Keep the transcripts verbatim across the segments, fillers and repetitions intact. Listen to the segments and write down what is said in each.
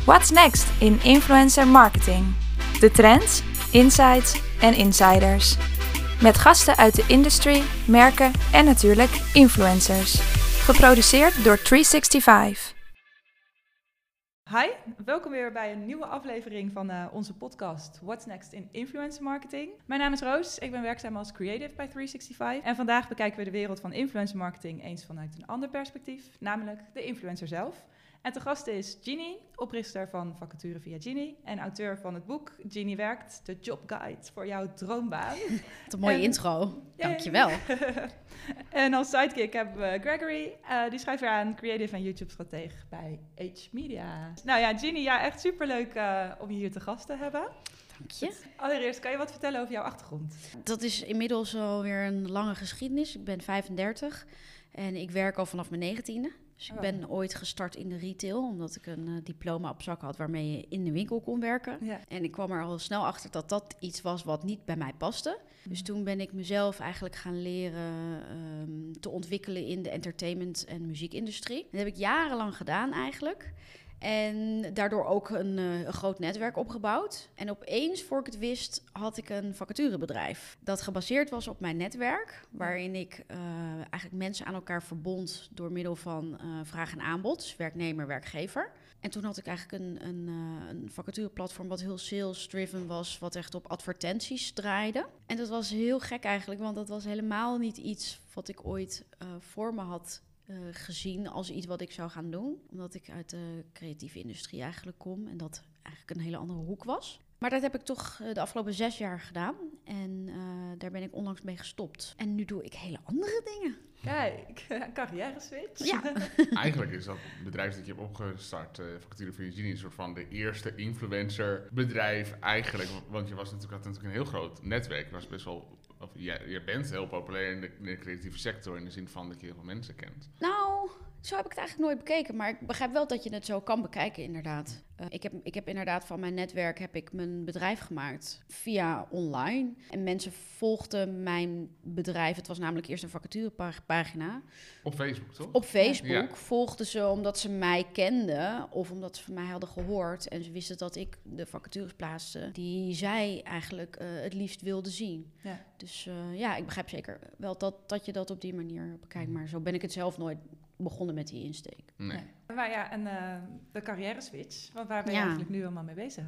What's next in influencer marketing? De trends, insights en insiders. Met gasten uit de industry, merken en natuurlijk influencers. Geproduceerd door driehonderdzesenzestig. Hi, welkom weer bij een nieuwe aflevering van uh, onze podcast What's Next in Influencer Marketing. Mijn naam is Roos, ik ben werkzaam als creative bij driehonderdzesenzestig en vandaag bekijken we de wereld van influencer marketing eens vanuit een ander perspectief, namelijk de influencer zelf. En te gast is Jeannie, oprichter van Vacature via Jeannie en auteur van het boek Jeannie werkt, de jobguide voor jouw droombaan. Wat een mooie en, intro, dankjewel. En als sidekick hebben we Gregory, uh, die schrijft weer aan, creative en YouTube-strateeg bij H Media. Nou ja, Jeannie, ja, echt superleuk uh, om je hier te gast te hebben. Dank je. Allereerst, kan je wat vertellen over jouw achtergrond? Dat is inmiddels alweer een lange geschiedenis. Ik ben vijfendertig en ik werk al vanaf mijn negentiende. Dus ik ben ooit gestart in de retail, omdat ik een uh, diploma op zak had waarmee je in de winkel kon werken. Ja. En ik kwam er al snel achter dat dat iets was wat niet bij mij paste. Mm. Dus toen ben ik mezelf eigenlijk gaan leren um, te ontwikkelen in de entertainment- en muziekindustrie. Dat heb ik jarenlang gedaan eigenlijk. En daardoor ook een, uh, een groot netwerk opgebouwd. En opeens, voor ik het wist, had ik een vacaturebedrijf. Dat gebaseerd was op mijn netwerk. Waarin ik uh, eigenlijk mensen aan elkaar verbond door middel van uh, vraag en aanbod. Dus werknemer, werkgever. En toen had ik eigenlijk een, een, uh, een vacatureplatform wat heel sales-driven was. Wat echt op advertenties draaide. En dat was heel gek eigenlijk. Want dat was helemaal niet iets wat ik ooit uh, voor me had Uh, gezien als iets wat ik zou gaan doen. Omdat ik uit de creatieve industrie eigenlijk kom en dat eigenlijk een hele andere hoek was. Maar dat heb ik toch uh, de afgelopen zes jaar gedaan. En uh, daar ben ik onlangs mee gestopt. En nu doe ik hele andere dingen. Kijk, carrière switch. Ja. Eigenlijk is dat bedrijf dat je hebt opgestart, uh, Vacature via Jeannie, een soort van de eerste influencer bedrijf eigenlijk. Want je was natuurlijk, had natuurlijk een heel groot netwerk. Je was best wel... Of je, je bent heel populair in de, in de creatieve sector in de zin van dat je heel veel mensen kent. Nou, zo heb ik het eigenlijk nooit bekeken. Maar ik begrijp wel dat je het zo kan bekijken, inderdaad. Uh, ik, heb, ik heb inderdaad van mijn netwerk heb ik mijn bedrijf gemaakt via online. En mensen volgden mijn bedrijf. Het was namelijk eerst een vacaturepagina. Op Facebook, toch? Op Facebook ja. volgden ze omdat ze mij kenden of omdat ze van mij hadden gehoord. En ze wisten dat ik de vacatures plaatste die zij eigenlijk uh, het liefst wilden zien. Ja. Dus uh, ja, ik begrijp zeker wel dat, dat je dat op die manier bekijkt. Maar zo ben ik het zelf nooit begonnen met die insteek. Nee. nee. Maar ja, en uh, de carrière switch, want waar ben je ja. eigenlijk nu allemaal mee bezig?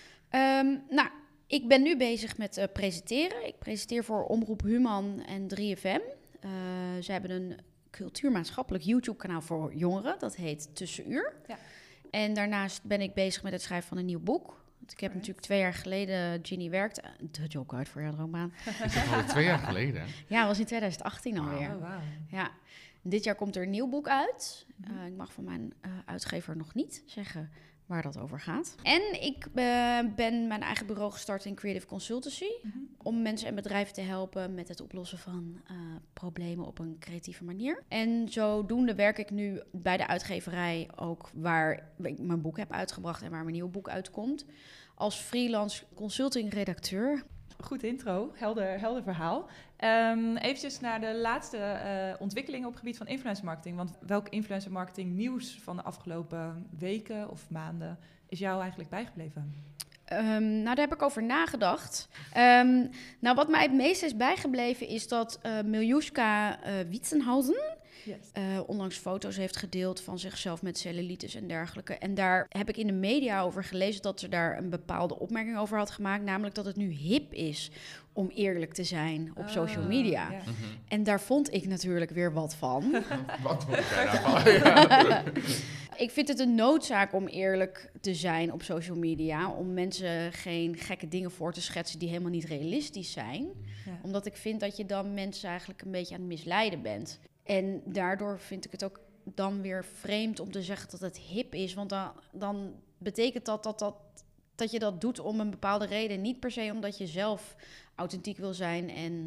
Um, nou, ik ben nu bezig met uh, presenteren. Ik presenteer voor Omroep Human en drie F M. Uh, ze hebben een cultuurmaatschappelijk YouTube-kanaal voor jongeren. Dat heet Tussenuur. Ja. En daarnaast ben ik bezig met het schrijven van een nieuw boek. Want ik heb right. natuurlijk twee jaar geleden Jeannie werkt, de jobguide voor jouw droombaan. Is dat al twee jaar geleden? Ja, dat was in twintig achttien alweer. Oh, wow. Ja. Dit jaar komt er een nieuw boek uit. Mm-hmm. Uh, ik mag van mijn uh, uitgever nog niet zeggen waar dat over gaat. En ik uh, ben mijn eigen bureau gestart in Creative Consultancy. Mm-hmm. Om mensen en bedrijven te helpen met het oplossen van uh, problemen op een creatieve manier. En zodoende werk ik nu bij de uitgeverij ook waar ik mijn boek heb uitgebracht en waar mijn nieuw boek uitkomt. Als freelance consulting-redacteur. Goed intro, helder, helder verhaal. Um, eventjes naar de laatste uh, ontwikkelingen op het gebied van influencer marketing. Want welk influencer marketing nieuws van de afgelopen weken of maanden is jou eigenlijk bijgebleven? Um, nou, daar heb ik over nagedacht. Um, nou, wat mij het meest is bijgebleven is dat uh, Miljuska uh, Witzenhausen yes. uh, onlangs foto's heeft gedeeld van zichzelf met cellulitis en dergelijke. En daar heb ik in de media over gelezen dat ze daar een bepaalde opmerking over had gemaakt. Namelijk dat het nu hip is om eerlijk te zijn op uh, social media. Yeah. Mm-hmm. En daar vond ik natuurlijk weer wat van. Wat vond jij daarvan? Ja. Ik vind het een noodzaak om eerlijk te zijn op social media. Om mensen geen gekke dingen voor te schetsen die helemaal niet realistisch zijn. Ja. Omdat ik vind dat je dan mensen eigenlijk een beetje aan het misleiden bent. En daardoor vind ik het ook dan weer vreemd om te zeggen dat het hip is. Want dan, dan betekent dat dat, dat dat je dat doet om een bepaalde reden. Niet per se omdat je zelf authentiek wil zijn en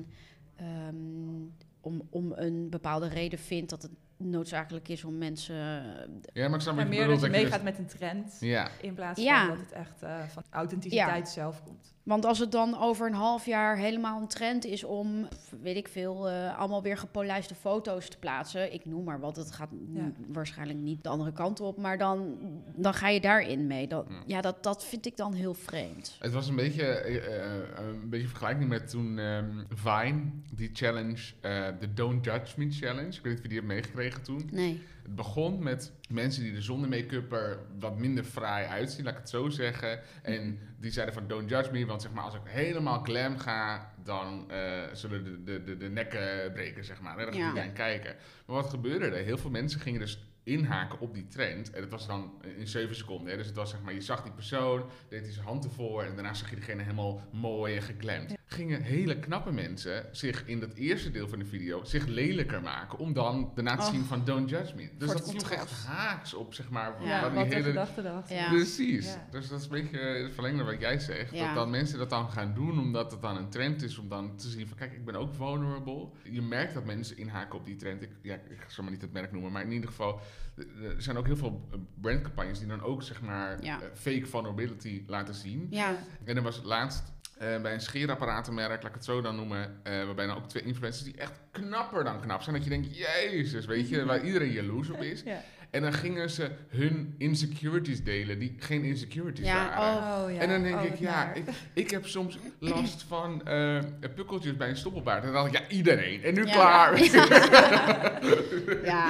um, om, om een bepaalde reden vindt dat het noodzakelijk is om mensen... Ja, maar ik snap meer bedoelt, dat je dat meegaat je met een trend, ja. in plaats ja. van dat het echt uh, van authenticiteit ja. zelf komt. Want als het dan over een half jaar helemaal een trend is om, weet ik veel, uh, allemaal weer gepolijste foto's te plaatsen. Ik noem maar wat, het gaat ja. n- waarschijnlijk niet de andere kant op. Maar dan, dan ga je daarin mee. Dat, ja, ja dat, dat vind ik dan heel vreemd. Het was een beetje, uh, een beetje vergelijking met toen um, Vine, die challenge, uh, de Don't Judge Me challenge. Ik weet niet of je die hebt meegekregen toen. Nee. Het begon met mensen die er zonder make-up er wat minder fraai uitzien, laat ik het zo zeggen. En die zeiden van don't judge me, want zeg maar als ik helemaal glam ga, dan uh, zullen de, de, de, de nekken breken, zeg maar. Hè? Dan gaat ja. iedereen kijken. Maar wat gebeurde er? Heel veel mensen gingen dus inhaken op die trend. En dat was dan in zeven seconden. Hè? Dus het was zeg maar, je zag die persoon, deed hij zijn hand ervoor en daarna zag je diegene helemaal mooi en geglamd. Ja. Gingen hele knappe mensen zich in dat eerste deel van de video zich lelijker maken, om dan daarna te oh. zien van don't judge me. Dus dat sloeg echt haaks op, zeg maar. Ja, wat die hele... de gedachte erachter. Ja. Precies. Ja. Dus dat is een beetje het verlengde wat jij zegt. Ja. Dat dan mensen dat dan gaan doen, omdat het dan een trend is, om dan te zien van kijk, ik ben ook vulnerable. Je merkt dat mensen inhaken op die trend. Ik, ja, ik zal maar niet het merk noemen, maar in ieder geval, er zijn ook heel veel brandcampagnes die dan ook, zeg maar, ja. uh, fake vulnerability laten zien. Ja. En dan was het laatst Uh, bij een scheerapparatenmerk, laat ik het zo dan noemen, uh, waarbij dan ook twee influencers die echt knapper dan knap zijn. Dat je denkt, jezus, weet je, waar iedereen jaloers op is. Ja. En dan gingen ze hun insecurities delen, die geen insecurities ja, waren. Oh, ja. En dan denk oh, ik, ja, ik, ik heb soms last van uh, pukkeltjes bij een stoppelbaard. En dan dacht ik, ja, iedereen. En nu ja, klaar. Ja. ja.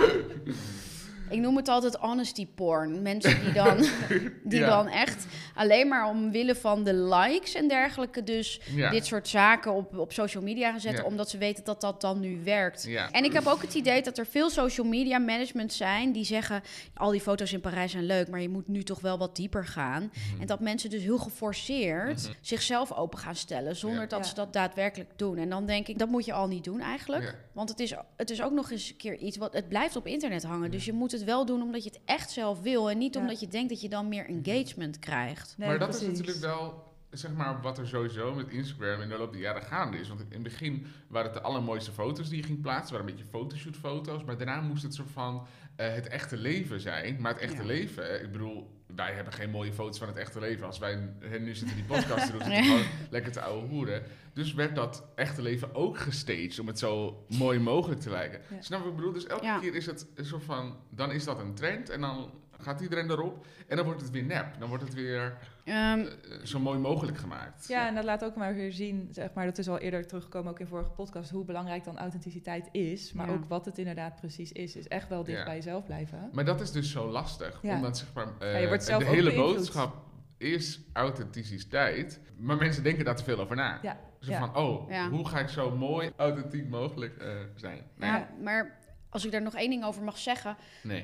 Ik noem het altijd honesty porn. Mensen die dan, die ja. dan echt alleen maar omwille van de likes en dergelijke dus ja. dit soort zaken op, op social media gaan zetten, ja. omdat ze weten dat dat dan nu werkt. Ja. En ik heb ook het idee dat er veel social media management zijn die zeggen, al die foto's in Parijs zijn leuk, maar je moet nu toch wel wat dieper gaan. Mm-hmm. En dat mensen dus heel geforceerd mm-hmm. zichzelf open gaan stellen, zonder ja. dat ja. ze dat daadwerkelijk doen. En dan denk ik, dat moet je al niet doen eigenlijk. Ja. Want het is, het is ook nog eens een keer iets wat, het blijft op internet hangen. Ja. Dus je moet het wel doen omdat je het echt zelf wil en niet ja. omdat je denkt dat je dan meer engagement krijgt. Nee, maar dat precies. is natuurlijk wel, zeg maar, wat er sowieso met Instagram in de loop der jaren gaande is. Want in het begin waren het de allermooiste foto's die je ging plaatsen, waren een beetje fotoshoot-foto's, maar daarna moest het soort van uh, het echte leven zijn. Maar het echte ja. leven, ik bedoel, wij hebben geen mooie foto's van het echte leven. Als wij nu zitten die podcast te doen, zitten we gewoon lekker te ouwe hoeren. Dus werd dat echte leven ook gestaged om het zo mooi mogelijk te lijken. Ja. Snap je wat ik bedoel? Dus elke ja. keer is het een soort van, dan is dat een trend en dan gaat iedereen erop en dan wordt het weer nep. Dan wordt het weer um, uh, zo mooi mogelijk gemaakt. Ja, en dat laat ook maar weer zien, zeg maar, dat is al eerder teruggekomen ook in vorige podcast, hoe belangrijk dan authenticiteit is, maar ja. ook wat het inderdaad precies is. Is echt wel dicht ja. bij jezelf blijven. Maar dat is dus zo lastig, ja. omdat zeg maar, uh, ja, je wordt zelf de hele boodschap is authenticiteit, maar mensen denken daar te veel over na. Ja. Zo ja. van, oh, ja. hoe ga ik zo mooi authentiek mogelijk uh, zijn? Nee. Ja, maar als ik daar nog één ding over mag zeggen. Nee.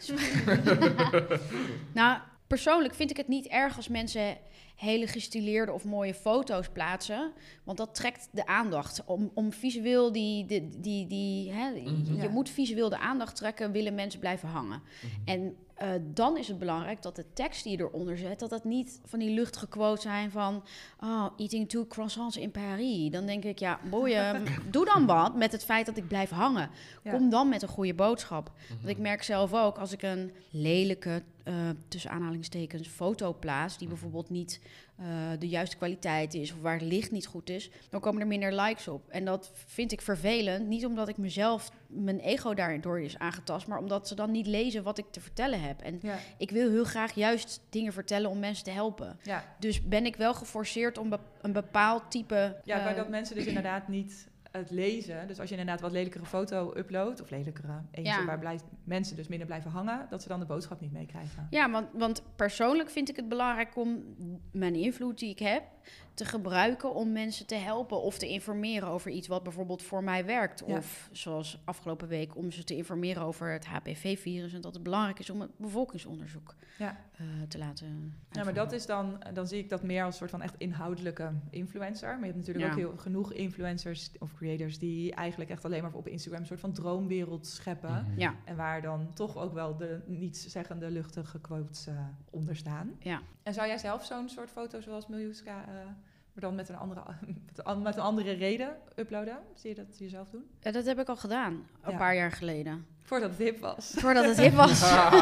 Uh, nou, persoonlijk vind ik het niet erg als mensen hele gestileerde of mooie foto's plaatsen. Want dat trekt de aandacht. Om, om visueel die... die, die, die hè, mm-hmm. Je ja. moet visueel de aandacht trekken, willen mensen blijven hangen. Mm-hmm. En uh, dan is het belangrijk dat de tekst die je eronder zet, dat dat niet van die luchtige quotes zijn van oh, eating two croissants in Paris. Dan denk ik, ja, boeien, doe dan wat met het feit dat ik blijf hangen. Ja. Kom dan met een goede boodschap. Mm-hmm. Want ik merk zelf ook, als ik een lelijke, uh, tussen aanhalingstekens, foto plaats, die bijvoorbeeld niet uh, de juiste kwaliteit is of waar het licht niet goed is, dan komen er minder likes op. En dat vind ik vervelend. Niet omdat ik mezelf, mijn ego daardoor is aangetast, maar omdat ze dan niet lezen wat ik te vertellen heb. En ja. ik wil heel graag juist dingen vertellen om mensen te helpen. Ja. Dus ben ik wel geforceerd om be- een bepaald type... Ja, waar uh, dat mensen dus inderdaad niet het lezen. Dus als je inderdaad wat lelijkere foto uploadt, of lelijkere, eentje ja. waar blij, mensen dus minder blijven hangen, dat ze dan de boodschap niet meekrijgen. Ja, want, want persoonlijk vind ik het belangrijk om mijn invloed die ik heb te gebruiken om mensen te helpen of te informeren over iets wat bijvoorbeeld voor mij werkt. Ja. Of zoals afgelopen week om ze te informeren over het H P V-virus en dat het belangrijk is om het bevolkingsonderzoek ja. uh, te laten uitvoeren. Ja, maar dat is dan, dan zie ik dat meer als een soort van echt inhoudelijke influencer. Maar je hebt natuurlijk ja. ook heel, genoeg influencers of creators die eigenlijk echt alleen maar op Instagram een soort van droomwereld scheppen. Mm-hmm. Ja. En waar dan toch ook wel de nietszeggende luchtige quotes uh, onder staan. Ja. En zou jij zelf zo'n soort foto zoals Miljuska, uh, maar dan met een, andere, met een andere reden uploaden? Zie je dat jezelf doen? Ja, dat heb ik al gedaan, een ja. paar jaar geleden. Voordat het hip was. Voordat het hip was.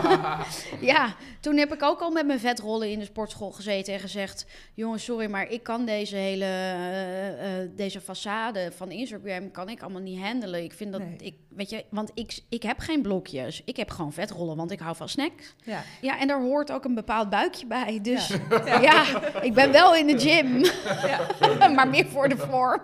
Ja, toen heb ik ook al met mijn vetrollen in de sportschool gezeten en gezegd... jongens, sorry, maar ik kan deze hele uh, uh, deze façade van Instagram kan ik allemaal niet handelen. Ik vind dat, Nee. ik, weet je, want ik, ik heb geen blokjes. Ik heb gewoon vetrollen, want ik hou van snacks. Ja. Ja, en daar hoort ook een bepaald buikje bij. Dus Ja. ja, ja ik ben wel in de gym, Ja. maar meer voor de vorm.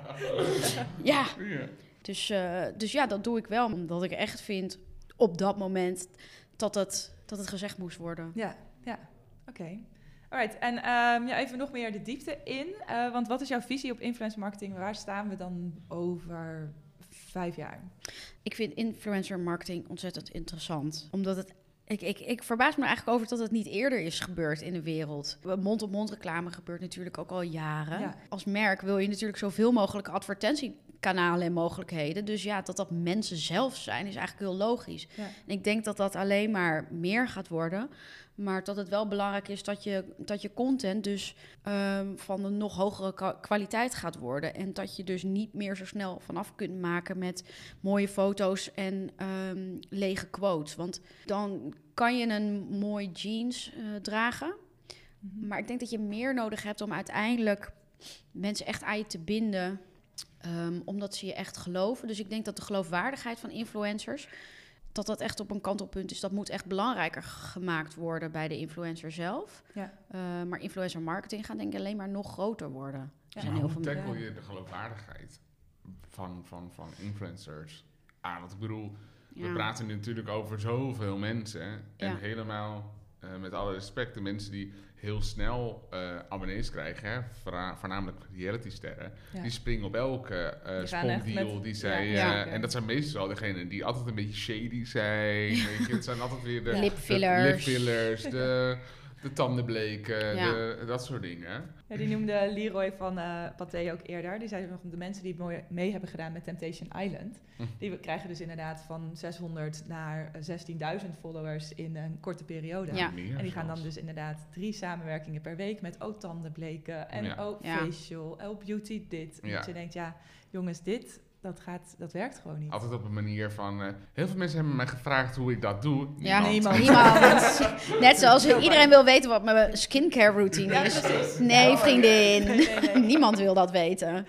Ja. Ja. Dus, uh, dus ja, dat doe ik wel. Omdat ik echt vind op dat moment dat het, dat het gezegd moest worden. Ja, ja. Oké. Okay. Alright, en um, ja, even nog meer de diepte in. Uh, want wat is jouw visie op influencer marketing? Waar staan we dan over vijf jaar? Ik vind influencer marketing ontzettend interessant. Omdat het... Ik, ik, ik verbaas me eigenlijk over dat het niet eerder is gebeurd in de wereld. Mond-op-mond reclame gebeurt natuurlijk ook al jaren. Ja. Als merk wil je natuurlijk zoveel mogelijk advertentiekanalen en mogelijkheden. Dus ja, dat dat mensen zelf zijn is eigenlijk heel logisch. Ja. En ik denk dat dat alleen maar meer gaat worden. Maar dat het wel belangrijk is dat je, dat je content dus um, van een nog hogere ka- kwaliteit gaat worden. En dat je dus niet meer zo snel vanaf kunt maken met mooie foto's en um, lege quotes. Want dan kan je een mooi jeans uh, dragen. Mm-hmm. Maar ik denk dat je meer nodig hebt om uiteindelijk mensen echt aan je te binden. Um, omdat ze je echt geloven. Dus ik denk dat de geloofwaardigheid van influencers... dat dat echt op een kantelpunt is. Dat moet echt belangrijker gemaakt worden bij de influencer zelf. Ja. Uh, maar influencer marketing gaat denk ik alleen maar nog groter worden. Er Ja. zijn Maar heel hoe veel tackle je de geloofwaardigheid van, van, van influencers aan? Want ik bedoel, we Ja. praten nu natuurlijk over zoveel mensen. En Ja. helemaal, uh, met alle respect, de mensen die heel snel uh, abonnees krijgen, hè, voorna- voornamelijk realitysterren, Ja. die springen op elke uh, Die gaan echt spotdeal met- die zij... ja, uh, ja. En dat zijn meestal degenen die altijd een beetje shady zijn. Weet je, het zijn altijd weer de... Ja. Lipfillers. De lipfillers, de, de tandenbleken, Ja. de, dat soort dingen. Ja, die noemde Leroy van uh, Pathé ook eerder. Die zei nog, de mensen die het mooi mee hebben gedaan met Temptation Island... Hm. die krijgen dus inderdaad van zeshonderd naar zestienduizend followers in een korte periode. Ja. Meer En die gaan dan zelfs. dus inderdaad drie samenwerkingen per week... met ook tandenbleken en Ja. ook Ja. facial, ook beauty dit. En Ja. dat je denkt, ja, jongens, dit, dat, gaat, dat werkt gewoon niet. Altijd op een manier van... Uh, heel veel mensen hebben mij gevraagd hoe ik dat doe. Ja, Niemand. niemand. Net zoals iedereen wil weten wat mijn skincare routine Ja, is. precies. Nee, vriendin. Nee, nee, nee. Niemand wil dat weten.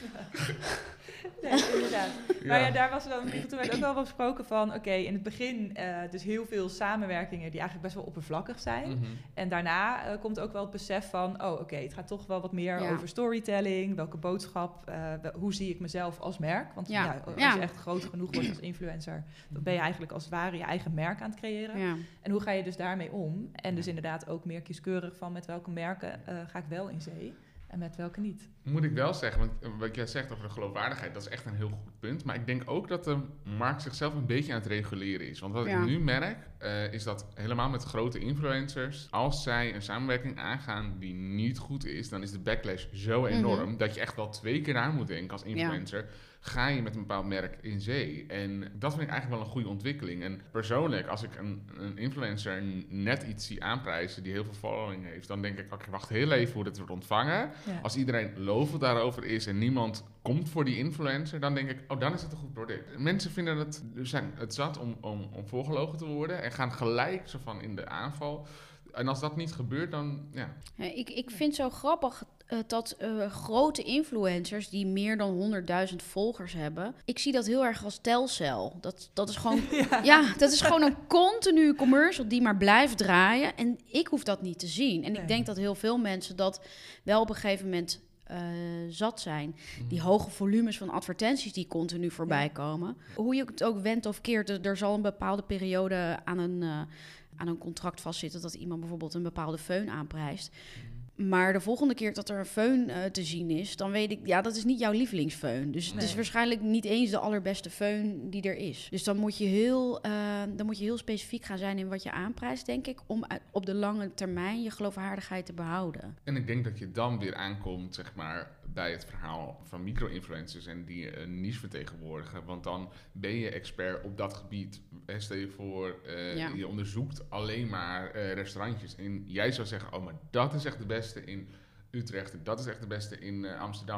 Nee, inderdaad. Ja. Maar ja, daar was er dan, toen werd ook wel gesproken van... oké, in het begin uh, dus heel veel samenwerkingen... die eigenlijk best wel oppervlakkig zijn. Mhm. En daarna uh, komt ook wel het besef van... oh, oké, okay, het gaat toch wel wat meer Ja. over storytelling. Welke boodschap, uh, wel- hoe zie ik mezelf als merk? Want Ja. ja. als Ja. je echt groot genoeg wordt als influencer... dan ben je eigenlijk als het ware je eigen merk aan het creëren. Ja. En hoe ga je dus daarmee om? En dus inderdaad ook meer kieskeurig van... met welke merken uh, ga ik wel in zee en met welke niet. Moet ik wel zeggen, want uh, wat jij zegt over de geloofwaardigheid, dat is echt een heel goed punt. Maar ik denk ook dat de markt zichzelf een beetje aan het reguleren is. Want wat Ja. ik nu merk, uh, is dat helemaal met grote influencers, als zij een samenwerking aangaan die niet goed is, dan is de backlash zo enorm Mhm. dat je echt wel twee keer na moet denken als influencer. Ga je met een bepaald merk in zee? En dat vind ik eigenlijk wel een goede ontwikkeling. En persoonlijk, als ik een, een influencer net iets zie aanprijzen die heel veel following heeft, dan denk ik, oké, okay, wacht heel even hoe dit wordt ontvangen. Ja. Als iedereen lovend daarover is en niemand komt voor die influencer, dan denk ik, oh, dan is het een goed product. Mensen vinden het, zijn het zat om, om, om voorgelogen te worden en gaan gelijk zo van in de aanval. En als dat niet gebeurt, dan ja. Ja, ik, ik vind het zo grappig uh, dat uh, grote influencers die meer dan honderdduizend volgers hebben... ik zie dat heel erg als Telcel. Dat, dat is gewoon, Ja. ja, dat is gewoon een continue commercial die maar blijft draaien. En ik hoef dat niet te zien. En Nee. ik denk dat heel veel mensen dat wel op een gegeven moment uh, zat zijn. Die hoge volumes van advertenties die continu voorbij Ja. komen. Hoe je het ook wendt of keert, er, er zal een bepaalde periode aan een... Uh, aan een contract vastzitten dat iemand bijvoorbeeld een bepaalde föhn aanprijst. Maar de volgende keer dat er een föhn uh, te zien is, dan weet ik, ja, dat is niet jouw lievelingsföhn. Dus Nee. het is waarschijnlijk niet eens de allerbeste föhn die er is. Dus dan moet je heel, uh, dan moet je heel specifiek gaan zijn in wat je aanprijst, denk ik, om uit, op de lange termijn je geloofwaardigheid te behouden. En ik denk dat je dan weer aankomt, zeg maar, bij het verhaal van micro-influencers en die een niche vertegenwoordigen. Want dan ben je expert op dat gebied. Stel je voor, uh, Ja. je onderzoekt alleen maar uh, restaurantjes. En jij zou zeggen, oh, maar dat is echt de beste in Utrecht. Dat is echt de beste in uh, Amsterdam.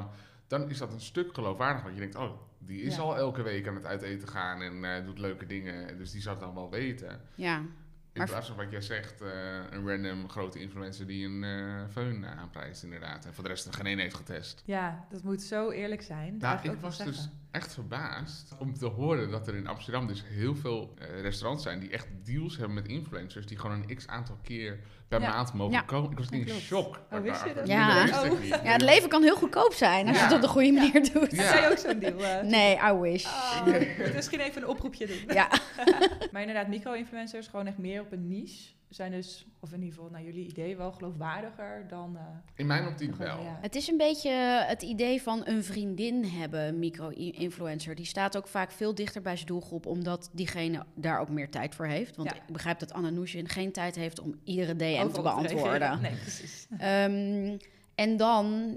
dan is dat een stuk geloofwaardig. Want je denkt, oh, die is Ja. al elke week aan het uit eten gaan en uh, doet leuke dingen. Dus die zou het dan wel weten. Ja. In Maar- plaats van wat jij zegt, uh, een random grote influencer die een uh, föhn aanprijst inderdaad. En voor de rest er geen één heeft getest. Ja, dat moet zo eerlijk zijn. Dat Nou, mag ik ook wel was dus zeggen. echt verbaasd om te horen dat er in Amsterdam dus heel veel uh, restaurants zijn die echt deals hebben met influencers die gewoon een x aantal keer per Ja. maand mogen Ja. komen. Ik was in Klopt. shock. Oh, wist je dat? Ja. Dat wist ik Oh. niet. Ja, het leven kan heel goedkoop zijn als je Ja. het op de goede manier doet. Ja. Heb jij ook zo'n deal? eh? Nee, I wish. Oh, ik moet misschien even een oproepje doen. Ja. Maar inderdaad, micro-influencers gewoon echt meer op een niche zijn dus, of in ieder geval naar jullie idee, wel geloofwaardiger dan... uh, In mijn optiek gewoon, wel. ja. Het is een beetje het idee van een vriendin hebben, een micro-influencer. Die staat ook vaak veel dichter bij zijn doelgroep, omdat diegene daar ook meer tijd voor heeft. Want Ja. ik begrijp dat Anna Nushin geen tijd heeft om iedere D M Overal te op beantwoorden. reageren. Nee, precies. Ehm, en dan,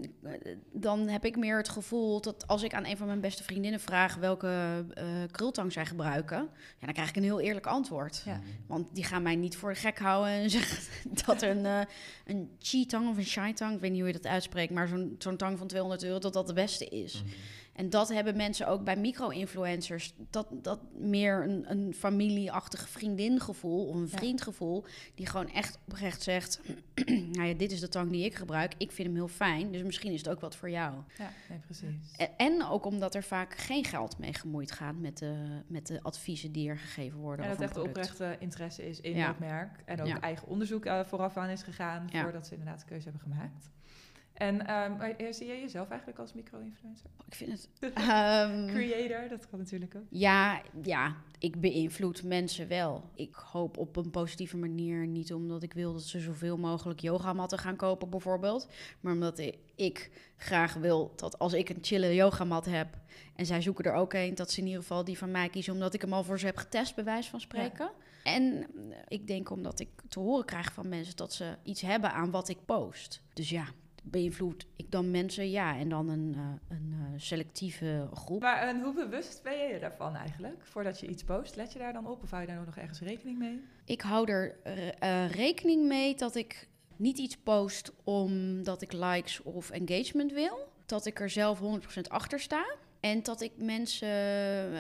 dan heb ik meer het gevoel dat als ik aan een van mijn beste vriendinnen vraag welke uh, krultang zij gebruiken, ja, dan krijg ik een heel eerlijk antwoord. Ja. Want die gaan mij niet voor de gek houden en zeggen dat een, uh, een chi-tang of een shai-tang, ik weet niet hoe je dat uitspreekt, maar zo'n, zo'n tang van tweehonderd euro, dat dat de beste is. Mm-hmm. En dat hebben mensen ook bij micro-influencers. Dat, dat meer een, een familieachtig vriendingevoel of een Ja. vriendgevoel, die gewoon echt oprecht zegt, nou ja, dit is de tang die ik gebruik, ik vind hem heel fijn, dus misschien is het ook wat voor jou. Ja, nee, precies. En, en ook omdat er vaak geen geld mee gemoeid gaat met de, met de adviezen die er gegeven worden. En dat over echt een de product. oprechte interesse is in Ja. dat merk. En ook Ja. eigen onderzoek uh, vooraf aan is gegaan Ja. voordat ze inderdaad de keuze hebben gemaakt. En um, maar, uh, zie jij jezelf eigenlijk als micro-influencer? Ik vind het... ehm, Creator, dat kan natuurlijk ook. Ja, ja, ik beïnvloed mensen wel. Ik hoop op een positieve manier. Niet omdat ik wil dat ze zoveel mogelijk yogamatten gaan kopen bijvoorbeeld. Maar omdat i- ik graag wil dat als ik een chille yogamat heb en zij zoeken er ook een, dat ze in ieder geval die van mij kiezen omdat ik hem al voor ze heb getest, bij wijze van spreken. En eh, ik denk omdat ik te horen krijg van mensen dat ze iets hebben aan wat ik post. Dus ja, beïnvloed ik dan mensen? Ja, en dan een, uh, een uh, selectieve groep. Maar en hoe bewust ben je daarvan eigenlijk? Voordat je iets post, let je daar dan op? Of hou je daar nog ergens rekening mee? Ik hou er uh, uh, rekening mee dat ik niet iets post omdat ik likes of engagement wil. Dat ik er zelf honderd procent achter sta. En dat ik mensen... Uh,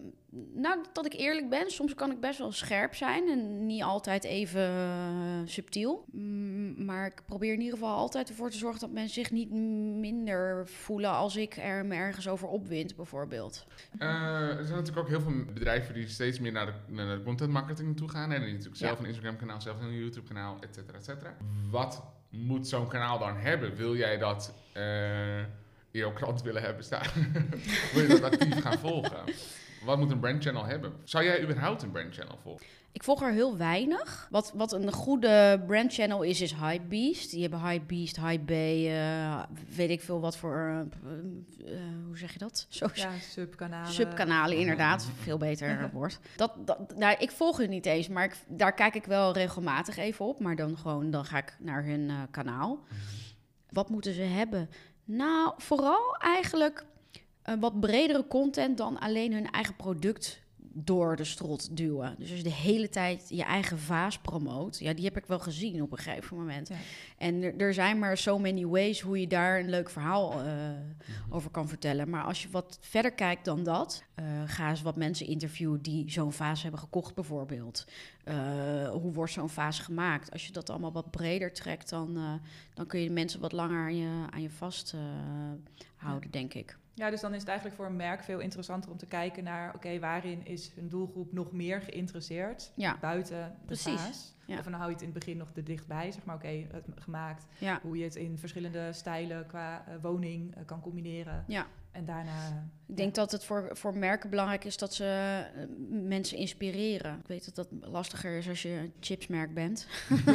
nou, dat ik eerlijk ben. Soms kan ik best wel scherp zijn en niet altijd even uh, subtiel. Mm, maar ik probeer in ieder geval altijd ervoor te zorgen dat mensen zich niet minder voelen als ik er me ergens over opwind, bijvoorbeeld. Uh, er zijn natuurlijk ook heel veel bedrijven die steeds meer naar de, naar de content marketing toe gaan. Hè? Die natuurlijk zelf Ja. een Instagram kanaal, zelf een YouTube kanaal, et cetera, et cetera. Wat moet zo'n kanaal dan hebben? Wil jij dat uh, in jouw krant willen hebben staan? Wil je dat actief gaan volgen? Wat moet een brandchannel hebben? Zou jij überhaupt een brandchannel volgen? Ik volg er heel weinig. Wat, wat een goede brandchannel is, is Hypebeast. Die hebben Hypebeast, Hype, uh, weet ik veel wat voor... Uh, uh, hoe zeg je dat? Zo, Ja, subkanalen. subkanalen, inderdaad. Veel beter woord. Dat, dat, nou, ik volg hun niet eens, maar ik, daar kijk ik wel regelmatig even op. Maar dan, gewoon, dan ga ik naar hun uh, kanaal. Wat moeten ze hebben? Nou, vooral eigenlijk... Uh, wat bredere content dan alleen hun eigen product door de strot duwen. Dus als je de hele tijd je eigen vaas promoot... ja, die heb ik wel gezien op een gegeven moment. Ja. En er, er zijn maar so many ways hoe je daar een leuk verhaal uh, over kan vertellen. Maar als je wat verder kijkt dan dat... Uh, ga eens wat mensen interviewen die zo'n vaas hebben gekocht bijvoorbeeld. Uh, hoe wordt zo'n vaas gemaakt? Als je dat allemaal wat breder trekt... dan, uh, dan kun je de mensen wat langer aan je, aan je vast uh, houden, ja. denk ik. Ja, dus dan is het eigenlijk voor een merk veel interessanter om te kijken naar... oké, okay, waarin is hun doelgroep nog meer geïnteresseerd ja. buiten de Precies. vaas? Ja. Of dan hou je het in het begin nog te dichtbij, zeg maar, oké, okay, het gemaakt. Ja. Hoe je het in verschillende stijlen qua uh, woning uh, kan combineren. Ja. En daarna... Ik denk ja. dat het voor, voor merken belangrijk is dat ze uh, mensen inspireren. Ik weet dat dat lastiger is als je een chipsmerk bent.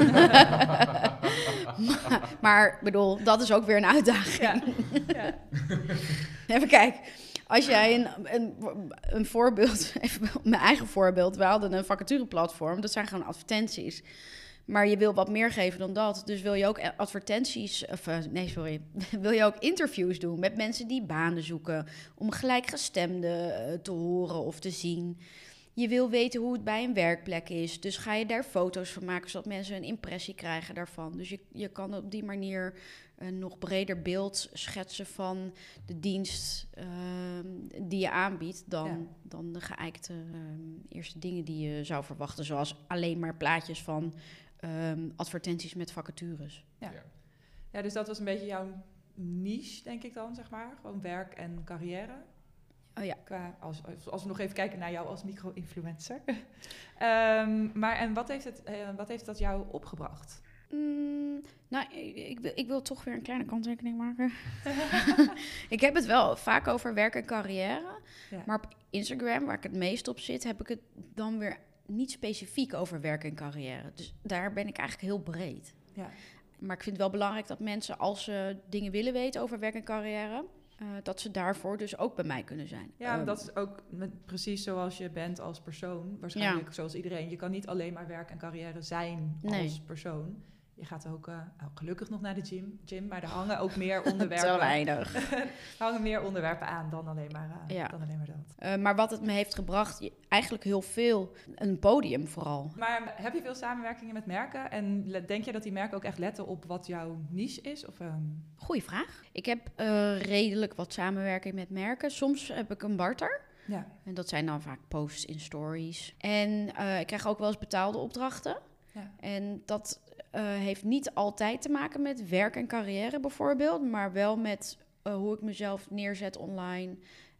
maar, maar bedoel, dat is ook weer een uitdaging. Ja. Ja. Even kijken. Als jij een, een, een voorbeeld, even mijn eigen voorbeeld, we hadden een vacatureplatform, dat zijn gewoon advertenties. Maar je wil wat meer geven dan dat. Dus wil je ook advertenties, of uh, nee, sorry, wil je ook interviews doen met mensen die banen zoeken, om gelijkgestemden uh, te horen of te zien. Je wil weten hoe het bij een werkplek is. Dus ga je daar foto's van maken, zodat mensen een impressie krijgen daarvan. Dus je, je kan op die manier een nog breder beeld schetsen van de dienst uh, die je aanbiedt dan, ja. dan de geëikte uh, eerste dingen die je zou verwachten. Zoals alleen maar plaatjes van um, advertenties met vacatures. Ja. Ja. ja, dus dat was een beetje jouw niche, denk ik dan, zeg maar. Gewoon werk en carrière. Oh ja. Qua, als, als we nog even kijken naar jou als micro-influencer. um, maar en wat heeft, het, uh, wat heeft dat jou opgebracht? Mm, nou, ik, ik, wil, ik wil toch weer een kleine kanttekening maken. Ik heb het wel vaak over werk en carrière. Ja. Maar op Instagram, waar ik het meest op zit, heb ik het dan weer niet specifiek over werk en carrière. Dus daar ben ik eigenlijk heel breed. Ja. Maar ik vind het wel belangrijk dat mensen, als ze dingen willen weten over werk en carrière, Uh, dat ze daarvoor dus ook bij mij kunnen zijn. Ja, um, dat is ook met, precies zoals je bent als persoon. Waarschijnlijk ja. zoals iedereen. Je kan niet alleen maar werk en carrière zijn nee. als persoon. Je gaat ook uh, gelukkig nog naar de gym, gym maar er hangen ook meer onderwerpen. Te weinig. Er hangen meer onderwerpen aan dan alleen maar, uh, ja. dan alleen maar dat. Uh, maar wat het me heeft gebracht, eigenlijk heel veel, een podium vooral. Maar heb je veel samenwerkingen met merken? En denk je dat die merken ook echt letten op wat jouw niche is? Of, um... Goeie vraag. Ik heb uh, redelijk wat samenwerking met merken. Soms heb ik een barter. Ja. En dat zijn dan vaak posts in stories. En uh, ik krijg ook wel eens betaalde opdrachten. Ja. En dat uh, heeft niet altijd te maken met werk en carrière bijvoorbeeld, maar wel met uh, hoe ik mezelf neerzet online,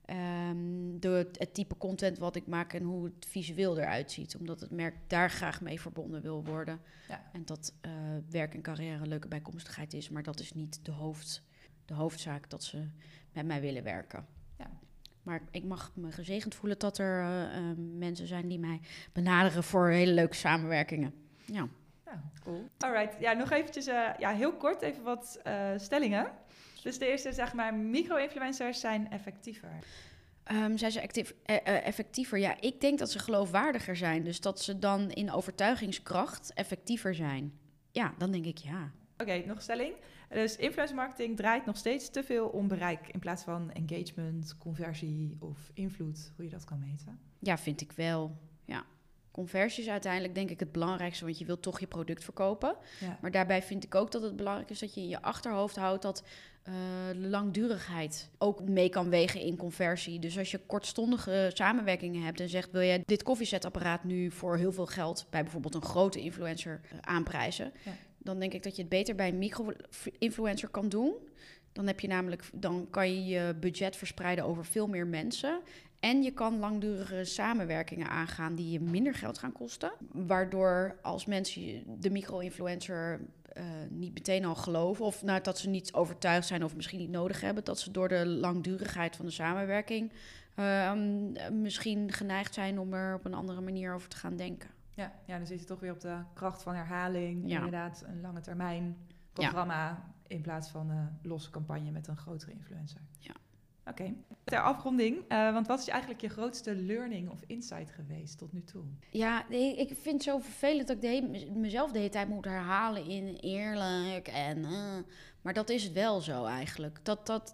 um, de, het type content wat ik maak en hoe het visueel eruit ziet. Omdat het merk daar graag mee verbonden wil worden. Ja. En dat uh, werk en carrière een leuke bijkomstigheid is, maar dat is niet de, hoofd, de hoofdzaak dat ze met mij willen werken. Ja. Maar ik mag me gezegend voelen dat er uh, uh, mensen zijn die mij benaderen voor hele leuke samenwerkingen. Ja. Ja, cool. Alright, ja, nog eventjes, uh, ja, heel kort even wat uh, stellingen. Dus de eerste, zeg maar, micro-influencers zijn effectiever. Um, zijn ze actief, uh, uh, effectiever? Ja, ik denk dat ze geloofwaardiger zijn. Dus dat ze dan in overtuigingskracht effectiever zijn. Ja, dan denk ik ja. Oké, okay, nog een stelling. Dus influencer marketing draait nog steeds te veel om bereik in plaats van engagement, conversie of invloed, hoe je dat kan meten. Ja, vind ik wel. Ja. Conversie is uiteindelijk denk ik het belangrijkste, want je wilt toch je product verkopen. Ja. Maar daarbij vind ik ook dat het belangrijk is dat je in je achterhoofd houdt dat uh, langdurigheid ook mee kan wegen in conversie. Dus als je kortstondige samenwerkingen hebt en zegt, wil jij dit koffiezetapparaat nu voor heel veel geld bij bijvoorbeeld een grote influencer uh, aanprijzen, ja. dan denk ik dat je het beter bij een micro-influencer kan doen. Dan heb je namelijk, dan kan je je budget verspreiden over veel meer mensen. En je kan langdurige samenwerkingen aangaan die je minder geld gaan kosten. Waardoor als mensen de micro-influencer uh, niet meteen al geloven, of nou, dat ze niet overtuigd zijn of misschien niet nodig hebben, dat ze door de langdurigheid van de samenwerking uh, misschien geneigd zijn om er op een andere manier over te gaan denken. Ja, ja, dan zit je toch weer op de kracht van herhaling. Ja. Inderdaad, een lange termijn programma ja. in plaats van een losse campagne met een grotere influencer. Ja. Oké, okay. Ter afronding, uh, want wat is eigenlijk je grootste learning of insight geweest tot nu toe? Ja, ik vind het zo vervelend dat ik de hele, mezelf de hele tijd moet herhalen in eerlijk en... Uh, maar dat is het wel zo eigenlijk. Dat, dat,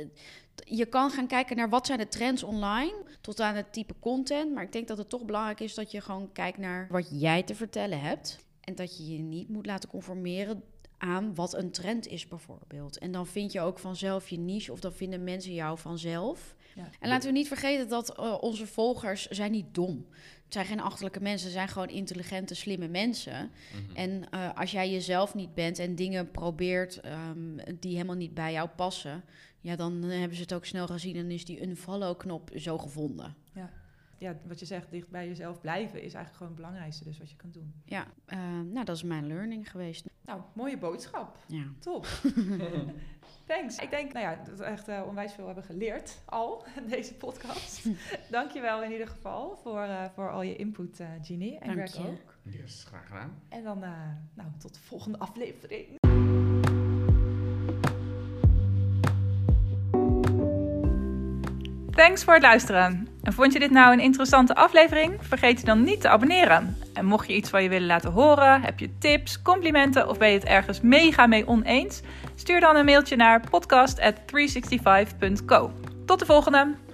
je kan gaan kijken naar wat zijn de trends online, tot aan het type content. Maar ik denk dat het toch belangrijk is dat je gewoon kijkt naar wat jij te vertellen hebt. En dat je je niet moet laten conformeren aan wat een trend is bijvoorbeeld. En dan vind je ook vanzelf je niche of dan vinden mensen jou vanzelf. Ja. En laten we niet vergeten dat uh, onze volgers zijn niet dom. Het zijn geen achterlijke mensen, het zijn gewoon intelligente, slimme mensen. Mm-hmm. En uh, als jij jezelf niet bent en dingen probeert um, die helemaal niet bij jou passen, ja, dan hebben ze het ook snel gezien en is die unfollow-knop zo gevonden. Ja. Ja, wat je zegt, dicht bij jezelf blijven is eigenlijk gewoon het belangrijkste dus wat je kan doen. Ja, uh, nou dat is mijn learning geweest. Nou, mooie boodschap. Ja. Top. Thanks. Ik denk, nou ja, dat we echt uh, onwijs veel hebben geleerd al in deze podcast. Dankjewel in ieder geval voor, uh, voor al je input, uh, Jeannie. En Dank Greg je. ook. Yes, graag gedaan. En dan, uh, nou, tot de volgende aflevering. Thanks voor het luisteren. En vond je dit nou een interessante aflevering? Vergeet je dan niet te abonneren. En mocht je iets van je willen laten horen, heb je tips, complimenten of ben je het ergens mega mee oneens? Stuur dan een mailtje naar podcast at driehonderdzesenzestig punt co. Tot de volgende!